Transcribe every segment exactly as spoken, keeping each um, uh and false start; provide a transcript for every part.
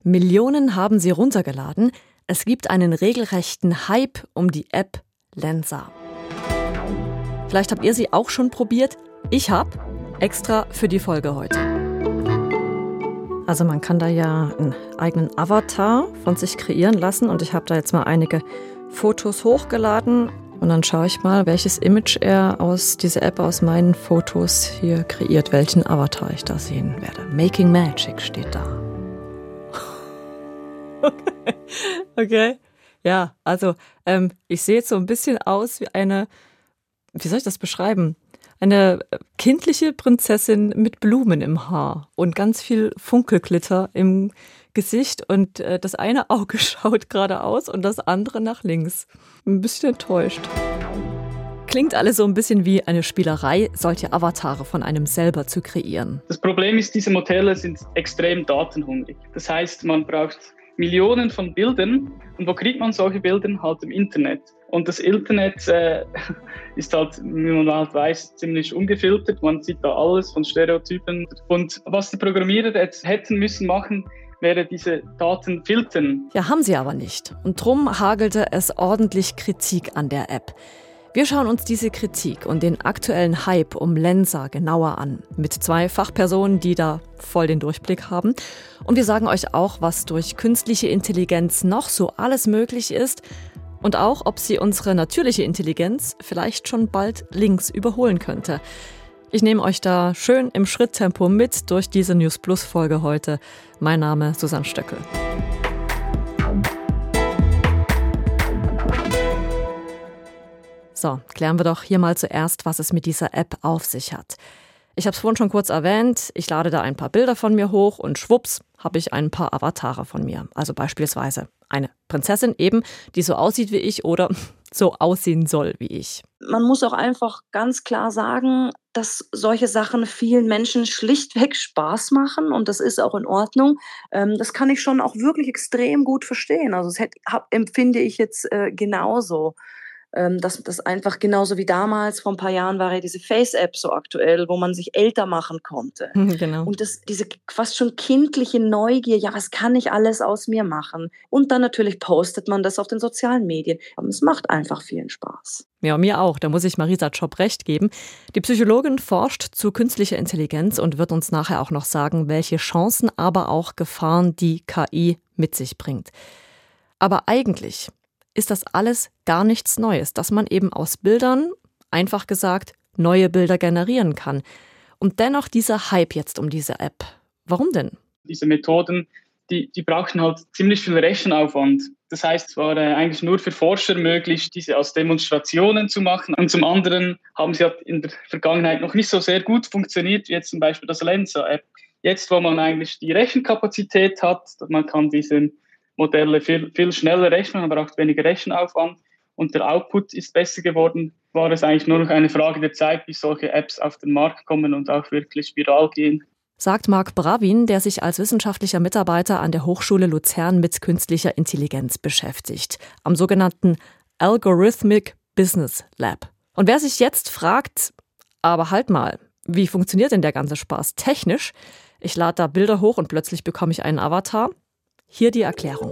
Millionen haben sie runtergeladen. Es gibt einen regelrechten Hype um die App Lensa. Vielleicht habt ihr sie auch schon probiert. Ich habe, extra für die Folge heute. Also man kann da ja einen eigenen Avatar von sich kreieren lassen und ich habe da jetzt mal einige Fotos hochgeladen und dann schaue ich mal, welches Image er aus dieser App aus meinen Fotos hier kreiert, welchen Avatar ich da sehen werde. Making Magic steht da. Okay. Okay. Ja, also ähm, ich sehe jetzt so ein bisschen aus wie eine, wie soll ich das beschreiben? Eine kindliche Prinzessin mit Blumen im Haar und ganz viel Funkelglitter im Gesicht und äh, das eine Auge schaut geradeaus und das andere nach links. Ein bisschen enttäuscht. Klingt alles so ein bisschen wie eine Spielerei, solche Avatare von einem selber zu kreieren. Das Problem ist, diese Modelle sind extrem datenhungrig. Das heißt, man braucht Millionen von Bildern. Und wo kriegt man solche Bilder? Halt im Internet. Und das Internet äh, ist halt, wie man halt weiß, ziemlich ungefiltert. Man sieht da alles von Stereotypen. Und was die Programmierer jetzt hätten müssen machen, wäre diese Daten filtern. Ja, haben sie aber nicht. Und drum hagelte es ordentlich Kritik an der App. Wir schauen uns diese Kritik und den aktuellen Hype um Lensa genauer an. Mit zwei Fachpersonen, die da voll den Durchblick haben. Und wir sagen euch auch, was durch künstliche Intelligenz noch so alles möglich ist. Und auch, ob sie unsere natürliche Intelligenz vielleicht schon bald links überholen könnte. Ich nehme euch da schön im Schritttempo mit durch diese News Plus Folge heute. Mein Name ist Susanne Stöckel. So, klären wir doch hier mal zuerst, was es mit dieser App auf sich hat. Ich habe es vorhin schon kurz erwähnt, ich lade da ein paar Bilder von mir hoch und schwupps habe ich ein paar Avatare von mir. Also beispielsweise eine Prinzessin eben, die so aussieht wie ich oder so aussehen soll wie ich. Man muss auch einfach ganz klar sagen, dass solche Sachen vielen Menschen schlichtweg Spaß machen und das ist auch in Ordnung. Das kann ich schon auch wirklich extrem gut verstehen. Also das empfinde ich jetzt genauso. Dass das einfach genauso wie damals, vor ein paar Jahren war ja diese Face-App so aktuell, wo man sich älter machen konnte. Genau. Und das, diese fast schon kindliche Neugier, ja, was kann ich alles aus mir machen? Und dann natürlich postet man das auf den sozialen Medien. Aber es macht einfach vielen Spaß. Ja, mir auch. Da muss ich Marisa Tschopp recht geben. Die Psychologin forscht zu künstlicher Intelligenz und wird uns nachher auch noch sagen, welche Chancen, aber auch Gefahren die K I mit sich bringt. Aber eigentlich ist das alles gar nichts Neues, dass man eben aus Bildern, einfach gesagt, neue Bilder generieren kann. Und dennoch dieser Hype jetzt um diese App. Warum denn? Diese Methoden, die, die brauchen halt ziemlich viel Rechenaufwand. Das heißt, es war äh, eigentlich nur für Forscher möglich, diese als Demonstrationen zu machen. Und zum anderen haben sie halt in der Vergangenheit noch nicht so sehr gut funktioniert, wie jetzt zum Beispiel das Lensa-App. Jetzt, wo man eigentlich die Rechenkapazität hat, man kann diese Modelle viel, viel schneller rechnen, man braucht weniger Rechenaufwand und der Output ist besser geworden, war es eigentlich nur noch eine Frage der Zeit, bis solche Apps auf den Markt kommen und auch wirklich viral gehen. Sagt Marc Bravin, der sich als wissenschaftlicher Mitarbeiter an der Hochschule Luzern mit künstlicher Intelligenz beschäftigt, am sogenannten Algorithmic Business Lab. Und wer sich jetzt fragt, aber halt mal, wie funktioniert denn der ganze Spaß technisch? Ich lade da Bilder hoch und plötzlich bekomme ich einen Avatar. Hier die Erklärung.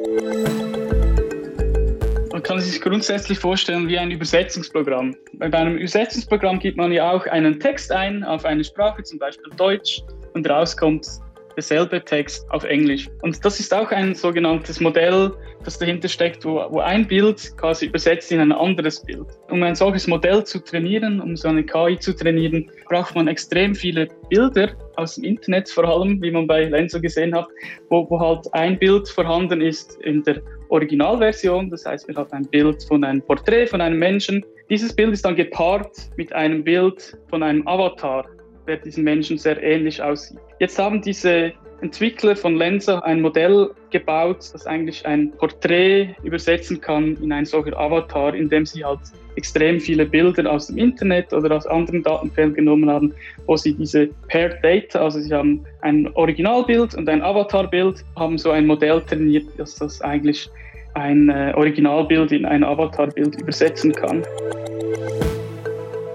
Man kann sich grundsätzlich vorstellen wie ein Übersetzungsprogramm. Bei einem Übersetzungsprogramm gibt man ja auch einen Text ein auf eine Sprache, zum Beispiel Deutsch, und rauskommt derselbe Text auf Englisch. Und das ist auch ein sogenanntes Modell, das dahinter steckt, wo, wo ein Bild quasi übersetzt in ein anderes Bild. Um ein solches Modell zu trainieren, um so eine K I zu trainieren, braucht man extrem viele Bilder aus dem Internet, vor allem, wie man bei Lensa gesehen hat, wo, wo halt ein Bild vorhanden ist in der Originalversion. Das heißt, wir haben ein Bild von einem Porträt von einem Menschen. Dieses Bild ist dann gepaart mit einem Bild von einem Avatar, der diesem Menschen sehr ähnlich aussieht. Jetzt haben diese Entwickler von Lensa ein Modell gebaut, das eigentlich ein Porträt übersetzen kann in ein solcher Avatar, indem sie halt extrem viele Bilder aus dem Internet oder aus anderen Datenquellen genommen haben, wo sie diese Paired Data, also sie haben ein Originalbild und ein Avatarbild, haben so ein Modell trainiert, dass das eigentlich ein äh, Originalbild in ein Avatarbild übersetzen kann.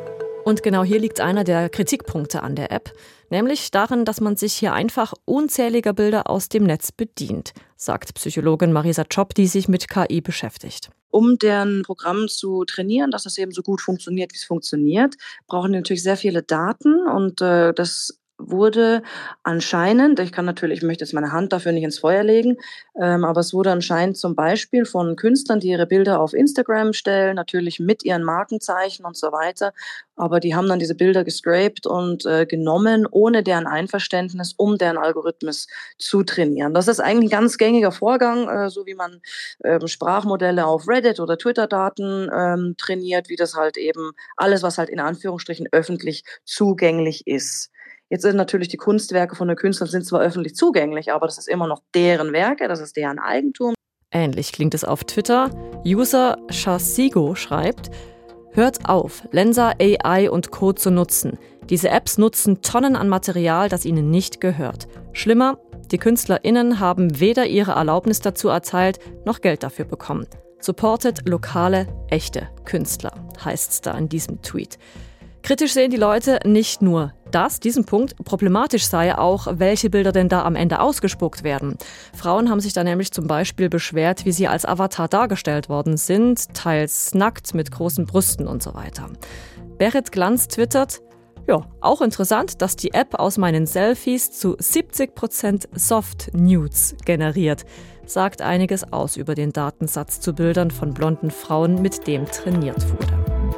Und genau hier liegt einer der Kritikpunkte an der App, nämlich darin, dass man sich hier einfach unzähliger Bilder aus dem Netz bedient, sagt Psychologin Marisa Tschopp, die sich mit K I beschäftigt. Um deren Programm zu trainieren, dass das eben so gut funktioniert, wie es funktioniert, brauchen die natürlich sehr viele Daten und äh, das wurde anscheinend, ich kann natürlich, ich möchte jetzt meine Hand dafür nicht ins Feuer legen, ähm, aber es wurde anscheinend zum Beispiel von Künstlern, die ihre Bilder auf Instagram stellen, natürlich mit ihren Markenzeichen und so weiter, aber die haben dann diese Bilder gescraped und äh, genommen, ohne deren Einverständnis, um deren Algorithmus zu trainieren. Das ist eigentlich ein ganz gängiger Vorgang, äh, so wie man ähm, Sprachmodelle auf Reddit oder Twitter-Daten ähm, trainiert, wie das halt eben alles, was halt in Anführungsstrichen öffentlich zugänglich ist. Jetzt sind natürlich die Kunstwerke von den Künstlern sind zwar öffentlich zugänglich, aber das ist immer noch deren Werke, das ist deren Eigentum. Ähnlich klingt es auf Twitter. User Shasigo schreibt: Hört auf, Lensa, A I und Co. zu nutzen. Diese Apps nutzen Tonnen an Material, das ihnen nicht gehört. Schlimmer, die KünstlerInnen haben weder ihre Erlaubnis dazu erteilt, noch Geld dafür bekommen. Supportet lokale, echte Künstler, heißt es da in diesem Tweet. Kritisch sehen die Leute nicht nur das, diesen Punkt, problematisch sei auch, welche Bilder denn da am Ende ausgespuckt werden. Frauen haben sich da nämlich zum Beispiel beschwert, wie sie als Avatar dargestellt worden sind, teils nackt mit großen Brüsten und so weiter. Berit Glanz twittert: Ja, auch interessant, dass die App aus meinen Selfies zu siebzig Prozent Soft-Nudes generiert. Sagt einiges aus über den Datensatz zu Bildern von blonden Frauen, mit dem trainiert wurde.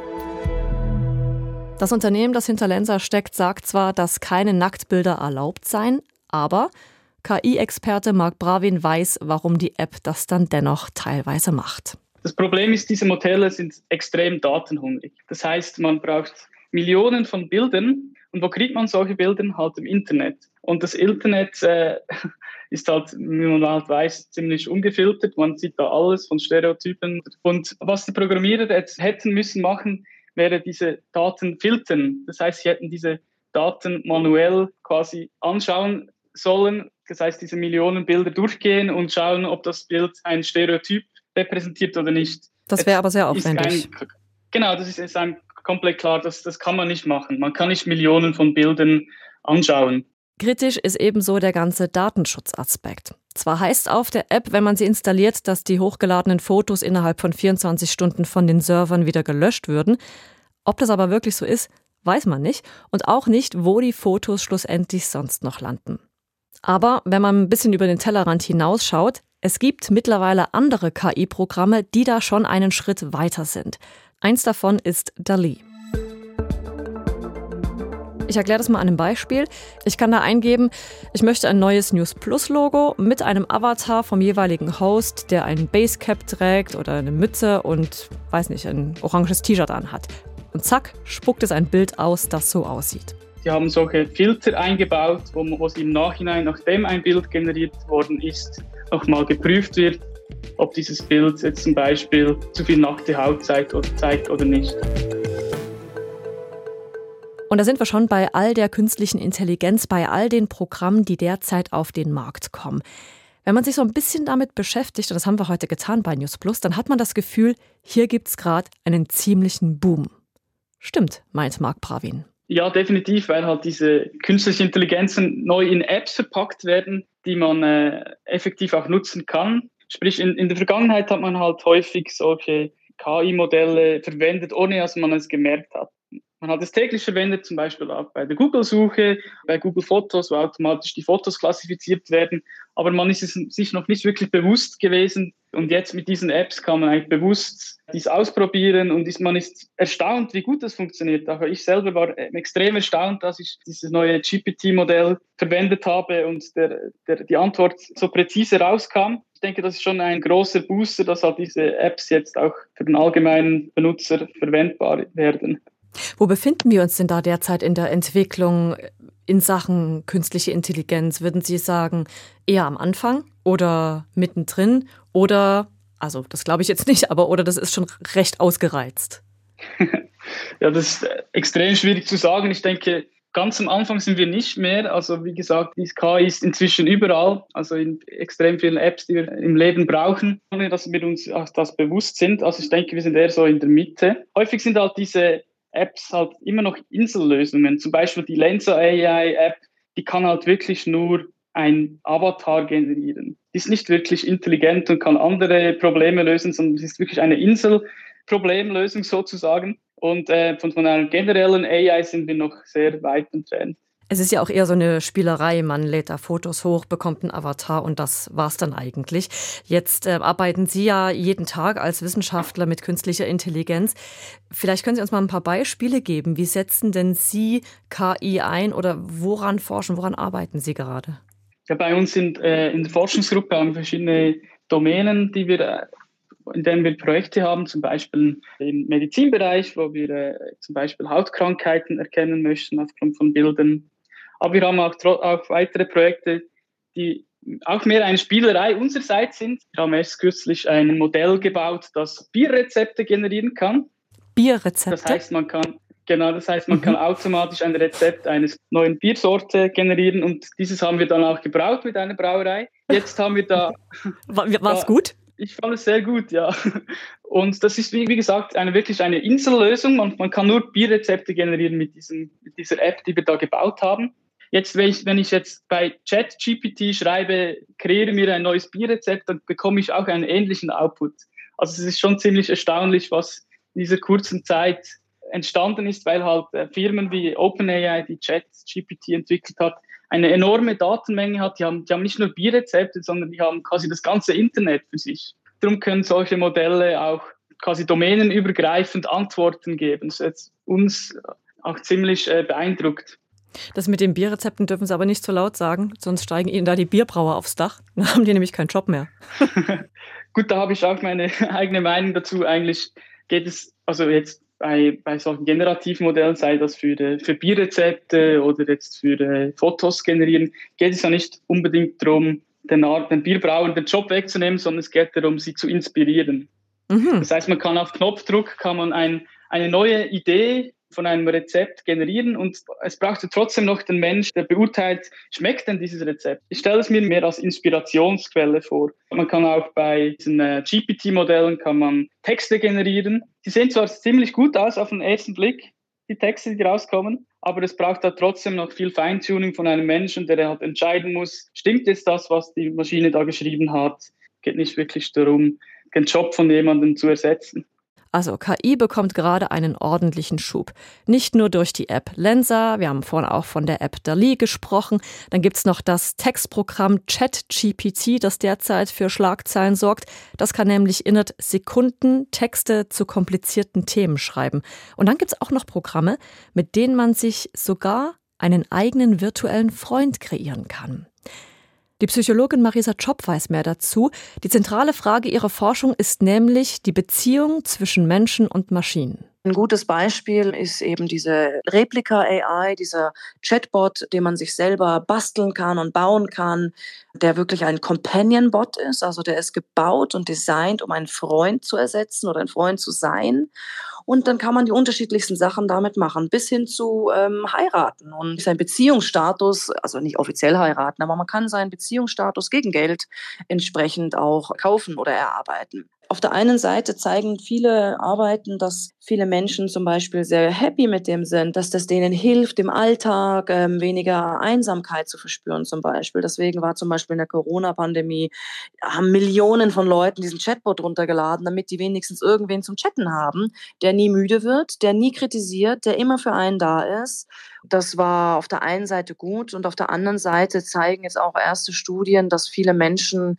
Das Unternehmen, das hinter Lensa steckt, sagt zwar, dass keine Nacktbilder erlaubt seien, aber K I-Experte Marc Bravin weiß, warum die App das dann dennoch teilweise macht. Das Problem ist, diese Modelle sind extrem datenhungrig. Das heißt, man braucht Millionen von Bildern. Und wo kriegt man solche Bilder? Halt im Internet. Und das Internet äh, ist halt, wie man halt weiß, ziemlich ungefiltert. Man sieht da alles von Stereotypen. Und was die Programmierer jetzt hätten müssen machen, wäre diese Daten filtern. Das heißt, sie hätten diese Daten manuell quasi anschauen sollen. Das heißt, diese Millionen Bilder durchgehen und schauen, ob das Bild ein Stereotyp repräsentiert oder nicht. Das wäre aber sehr aufwendig. Ein, genau, das ist, ist ein, komplett klar. Das, das kann man nicht machen. Man kann nicht Millionen von Bildern anschauen. Kritisch ist ebenso der ganze Datenschutzaspekt. Zwar heißt auf der App, wenn man sie installiert, dass die hochgeladenen Fotos innerhalb von vierundzwanzig Stunden von den Servern wieder gelöscht würden. Ob das aber wirklich so ist, weiß man nicht. Und auch nicht, wo die Fotos schlussendlich sonst noch landen. Aber wenn man ein bisschen über den Tellerrand hinausschaut, es gibt mittlerweile andere K I-Programme, die da schon einen Schritt weiter sind. Eins davon ist DALL-E. Ich erkläre das mal an einem Beispiel. Ich kann da eingeben, ich möchte ein neues News Plus Logo mit einem Avatar vom jeweiligen Host, der einen Basecap trägt oder eine Mütze und, weiß nicht, ein oranges T-Shirt anhat. Und zack, spuckt es ein Bild aus, das so aussieht. Sie haben solche Filter eingebaut, wo, wo sie im Nachhinein, nachdem ein Bild generiert worden ist, nochmal geprüft wird, ob dieses Bild jetzt zum Beispiel zu viel nackte Haut zeigt oder, zeigt oder nicht. Und da sind wir schon bei all der künstlichen Intelligenz, bei all den Programmen, die derzeit auf den Markt kommen. Wenn man sich so ein bisschen damit beschäftigt, und das haben wir heute getan bei News Plus, dann hat man das Gefühl, hier gibt's gerade einen ziemlichen Boom. Stimmt, meint Marc Bravin. Ja, definitiv, weil halt diese künstlichen Intelligenzen neu in Apps verpackt werden, die man äh, effektiv auch nutzen kann. Sprich, in, in der Vergangenheit hat man halt häufig solche K I-Modelle verwendet, ohne dass man es gemerkt hat. Man hat es täglich verwendet, zum Beispiel auch bei der Google-Suche, bei Google Fotos, wo automatisch die Fotos klassifiziert werden. Aber man ist es sich noch nicht wirklich bewusst gewesen. Und jetzt mit diesen Apps kann man eigentlich bewusst dies ausprobieren und ist, man ist erstaunt, wie gut das funktioniert. Auch ich selber war extrem erstaunt, dass ich dieses neue G P T-Modell verwendet habe und der, der, die Antwort so präzise rauskam. Ich denke, das ist schon ein großer Booster, dass halt diese Apps jetzt auch für den allgemeinen Benutzer verwendbar werden. Wo befinden wir uns denn da derzeit in der Entwicklung in Sachen künstliche Intelligenz? Würden Sie sagen, eher am Anfang oder mittendrin oder, also das glaube ich jetzt nicht, aber oder das ist schon recht ausgereizt? Ja, das ist extrem schwierig zu sagen. Ich denke, ganz am Anfang sind wir nicht mehr. Also wie gesagt, die K I ist inzwischen überall, also in extrem vielen Apps, die wir im Leben brauchen, ohne dass wir uns auch das bewusst sind. Also ich denke, wir sind eher so in der Mitte. Häufig sind halt diese Apps halt immer noch Insellösungen. Zum Beispiel die Lensa A I App, die kann halt wirklich nur ein Avatar generieren. Die ist nicht wirklich intelligent und kann andere Probleme lösen, sondern es ist wirklich eine Inselproblemlösung sozusagen. Und äh, von, von einer generellen A I sind wir noch sehr weit entfernt. Es ist ja auch eher so eine Spielerei. Man lädt da Fotos hoch, bekommt einen Avatar und das war's dann eigentlich. Jetzt äh, arbeiten Sie ja jeden Tag als Wissenschaftler mit künstlicher Intelligenz. Vielleicht können Sie uns mal ein paar Beispiele geben. Wie setzen denn Sie K I ein oder woran forschen, woran arbeiten Sie gerade? Ja, bei uns sind äh, in der Forschungsgruppe haben wir verschiedene Domänen, die wir äh, in denen wir Projekte haben, zum Beispiel im Medizinbereich, wo wir äh, zum Beispiel Hautkrankheiten erkennen möchten aufgrund von Bildern. Aber wir haben auch, auch weitere Projekte, die auch mehr eine Spielerei unsererseits sind. Wir haben erst kürzlich ein Modell gebaut, das Bierrezepte generieren kann. Bierrezepte? Das heißt, man kann, genau, das heißt, man mhm. kann automatisch ein Rezept eines neuen Biersorte generieren und dieses haben wir dann auch gebraut mit einer Brauerei. Jetzt haben wir da... War es gut? Ich fand es sehr gut, ja. Und das ist, wie, wie gesagt, eine, wirklich eine Insellösung. Man, man kann nur Bierrezepte generieren mit, diesem, mit dieser App, die wir da gebaut haben. Jetzt, wenn ich, wenn ich jetzt bei ChatGPT schreibe, kreiere mir ein neues Bierrezept, dann bekomme ich auch einen ähnlichen Output. Also es ist schon ziemlich erstaunlich, was in dieser kurzen Zeit entstanden ist, weil halt äh, Firmen wie OpenAI, die ChatGPT entwickelt hat, eine enorme Datenmenge hat. Die haben, die haben nicht nur Bierrezepte, sondern die haben quasi das ganze Internet für sich. Darum können solche Modelle auch quasi domänenübergreifend Antworten geben. Das hat uns auch ziemlich äh, beeindruckt. Das mit den Bierrezepten dürfen Sie aber nicht so laut sagen, sonst steigen Ihnen da die Bierbrauer aufs Dach. Dann haben die nämlich keinen Job mehr. Gut, da habe ich auch meine eigene Meinung dazu. Eigentlich geht es, also jetzt bei, bei solchen generativen Modellen, sei das für, für Bierrezepte oder jetzt für Fotos generieren, geht es ja nicht unbedingt darum, den, den Bierbrauern den Job wegzunehmen, sondern es geht darum, sie zu inspirieren. Mhm. Das heißt, man kann auf Knopfdruck kann man ein, eine neue Idee von einem Rezept generieren und es braucht trotzdem noch den Mensch, der beurteilt, schmeckt denn dieses Rezept? Ich stelle es mir mehr als Inspirationsquelle vor. Man kann auch bei diesen äh, G P T-Modellen kann man Texte generieren. Die sehen zwar ziemlich gut aus auf den ersten Blick, die Texte, die rauskommen, aber es braucht da trotzdem noch viel Feintuning von einem Menschen, der halt entscheiden muss, stimmt jetzt das, was die Maschine da geschrieben hat? Geht nicht wirklich darum, den Job von jemandem zu ersetzen. Also K I bekommt gerade einen ordentlichen Schub. Nicht nur durch die App Lensa, wir haben vorhin auch von der App DALL-E gesprochen. Dann gibt's noch das Textprogramm ChatGPT, das derzeit für Schlagzeilen sorgt. Das kann nämlich innerhalb Sekunden Texte zu komplizierten Themen schreiben. Und dann gibt's auch noch Programme, mit denen man sich sogar einen eigenen virtuellen Freund kreieren kann. Die Psychologin Marisa Tschopp weiß mehr dazu. Die zentrale Frage ihrer Forschung ist nämlich die Beziehung zwischen Menschen und Maschinen. Ein gutes Beispiel ist eben diese Replika A I, dieser Chatbot, den man sich selber basteln kann und bauen kann, der wirklich ein Companion-Bot ist. Also der ist gebaut und designt, um einen Freund zu ersetzen oder ein Freund zu sein. Und dann kann man die unterschiedlichsten Sachen damit machen, bis hin zu ähm, heiraten. Und sein Beziehungsstatus, also nicht offiziell heiraten, aber man kann seinen Beziehungsstatus gegen Geld entsprechend auch kaufen oder erarbeiten. Auf der einen Seite zeigen viele Arbeiten, dass viele Menschen zum Beispiel sehr happy mit dem sind, dass das denen hilft, im Alltag ähm, weniger Einsamkeit zu verspüren zum Beispiel. Deswegen war zum Beispiel in der Corona-Pandemie, haben Millionen von Leuten diesen Chatbot runtergeladen, damit die wenigstens irgendwen zum Chatten haben, der nie müde wird, der nie kritisiert, der immer für einen da ist. Das war auf der einen Seite gut und auf der anderen Seite zeigen jetzt auch erste Studien, dass viele Menschen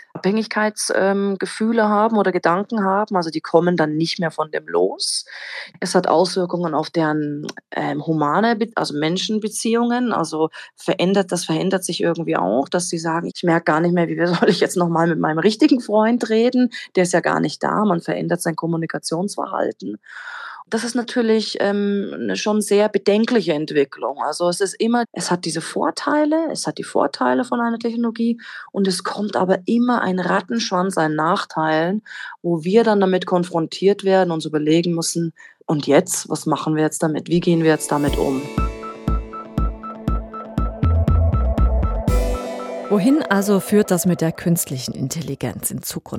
Abhängigkeitsgefühle ähm, haben oder Gedanken haben, also die kommen dann nicht mehr von dem los. Es hat Auswirkungen auf deren ähm, humane, Be- also Menschenbeziehungen, also verändert, das verändert sich irgendwie auch, dass sie sagen, ich merke gar nicht mehr, wie soll ich jetzt nochmal mit meinem richtigen Freund reden, der ist ja gar nicht da, man verändert sein Kommunikationsverhalten. Das ist natürlich ähm, eine schon sehr bedenkliche Entwicklung. Also es ist immer, es hat diese Vorteile, es hat die Vorteile von einer Technologie und es kommt aber immer ein Rattenschwanz an Nachteilen, wo wir dann damit konfrontiert werden und uns überlegen müssen, und jetzt, was machen wir jetzt damit? Wie gehen wir jetzt damit um? Wohin also führt das mit der künstlichen Intelligenz in Zukunft?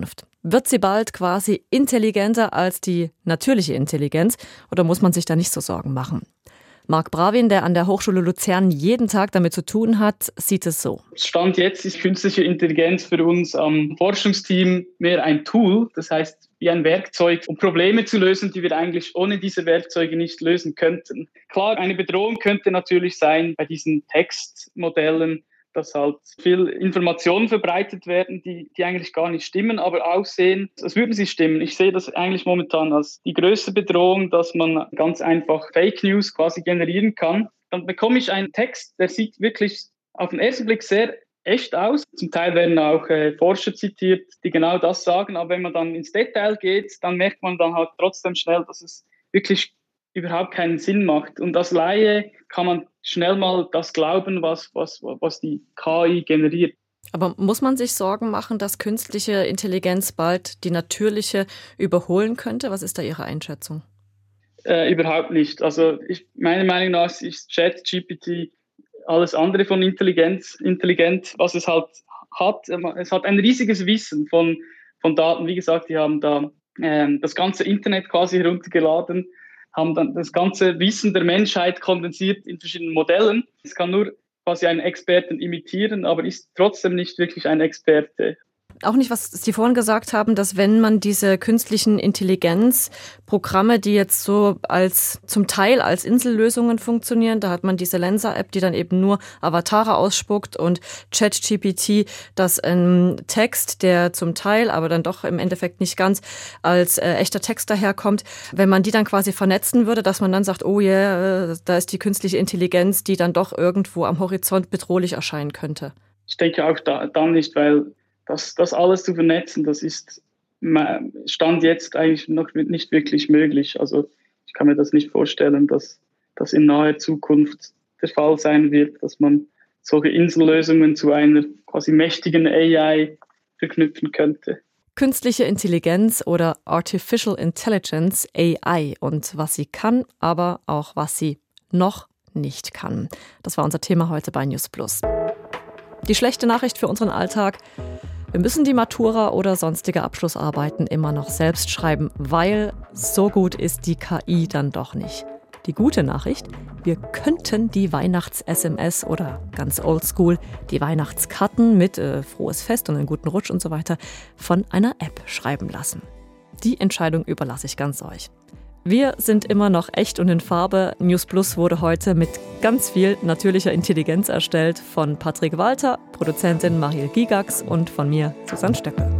Wird sie bald quasi intelligenter als die natürliche Intelligenz oder muss man sich da nicht so Sorgen machen? Marc Bravin, der an der Hochschule Luzern jeden Tag damit zu tun hat, sieht es so. Stand jetzt ist künstliche Intelligenz für uns am Forschungsteam mehr ein Tool, das heißt wie ein Werkzeug, um Probleme zu lösen, die wir eigentlich ohne diese Werkzeuge nicht lösen könnten. Klar, eine Bedrohung könnte natürlich sein bei diesen Textmodellen, dass halt viel Informationen verbreitet werden, die, die eigentlich gar nicht stimmen, aber aussehen, als würden sie stimmen. Ich sehe das eigentlich momentan als die größte Bedrohung, dass man ganz einfach Fake News quasi generieren kann. Dann bekomme ich einen Text, der sieht wirklich auf den ersten Blick sehr echt aus. Zum Teil werden auch äh, Forscher zitiert, die genau das sagen, aber wenn man dann ins Detail geht, dann merkt man dann halt trotzdem schnell, dass es wirklich überhaupt keinen Sinn macht. Und als Laie kann man schnell mal das glauben, was, was, was die K I generiert. Aber muss man sich Sorgen machen, dass künstliche Intelligenz bald die natürliche überholen könnte? Was ist da Ihre Einschätzung? Äh, überhaupt nicht. Also ich, meiner Meinung nach ist ChatGPT alles andere von Intelligenz, intelligent, was es halt hat. Es hat ein riesiges Wissen von, von Daten. Wie gesagt, die haben da äh, das ganze Internet quasi heruntergeladen, haben dann das ganze Wissen der Menschheit kondensiert in verschiedenen Modellen. Es kann nur quasi einen Experten imitieren, aber ist trotzdem nicht wirklich ein Experte. Auch nicht, was Sie vorhin gesagt haben, dass wenn man diese künstlichen Intelligenzprogramme, die jetzt so als zum Teil als Insellösungen funktionieren, da hat man diese Lensa-App, die dann eben nur Avatare ausspuckt und ChatGPT, das ein Text, der zum Teil, aber dann doch im Endeffekt nicht ganz, als äh, echter Text daherkommt, wenn man die dann quasi vernetzen würde, dass man dann sagt, oh ja, yeah, da ist die künstliche Intelligenz, die dann doch irgendwo am Horizont bedrohlich erscheinen könnte. Ich denke auch da, dann nicht, weil Das, das alles zu vernetzen, das ist Stand jetzt eigentlich noch nicht wirklich möglich. Also ich kann mir das nicht vorstellen, dass das in naher Zukunft der Fall sein wird, dass man solche Insellösungen zu einer quasi mächtigen A I verknüpfen könnte. Künstliche Intelligenz oder Artificial Intelligence, A I, und was sie kann, aber auch was sie noch nicht kann. Das war unser Thema heute bei News Plus. Die schlechte Nachricht für unseren Alltag: Wir müssen die Matura oder sonstige Abschlussarbeiten immer noch selbst schreiben, weil so gut ist die K I dann doch nicht. Die gute Nachricht: Wir könnten die Weihnachts-S M S oder ganz oldschool die Weihnachtskarten mit äh, frohes Fest und einen guten Rutsch und so weiter von einer App schreiben lassen. Die Entscheidung überlasse ich ganz euch. Wir sind immer noch echt und in Farbe. News Plus wurde heute mit ganz viel natürlicher Intelligenz erstellt von Patrick Walter, Produzentin Mariel Gigax und von mir, Susanne Stöckel.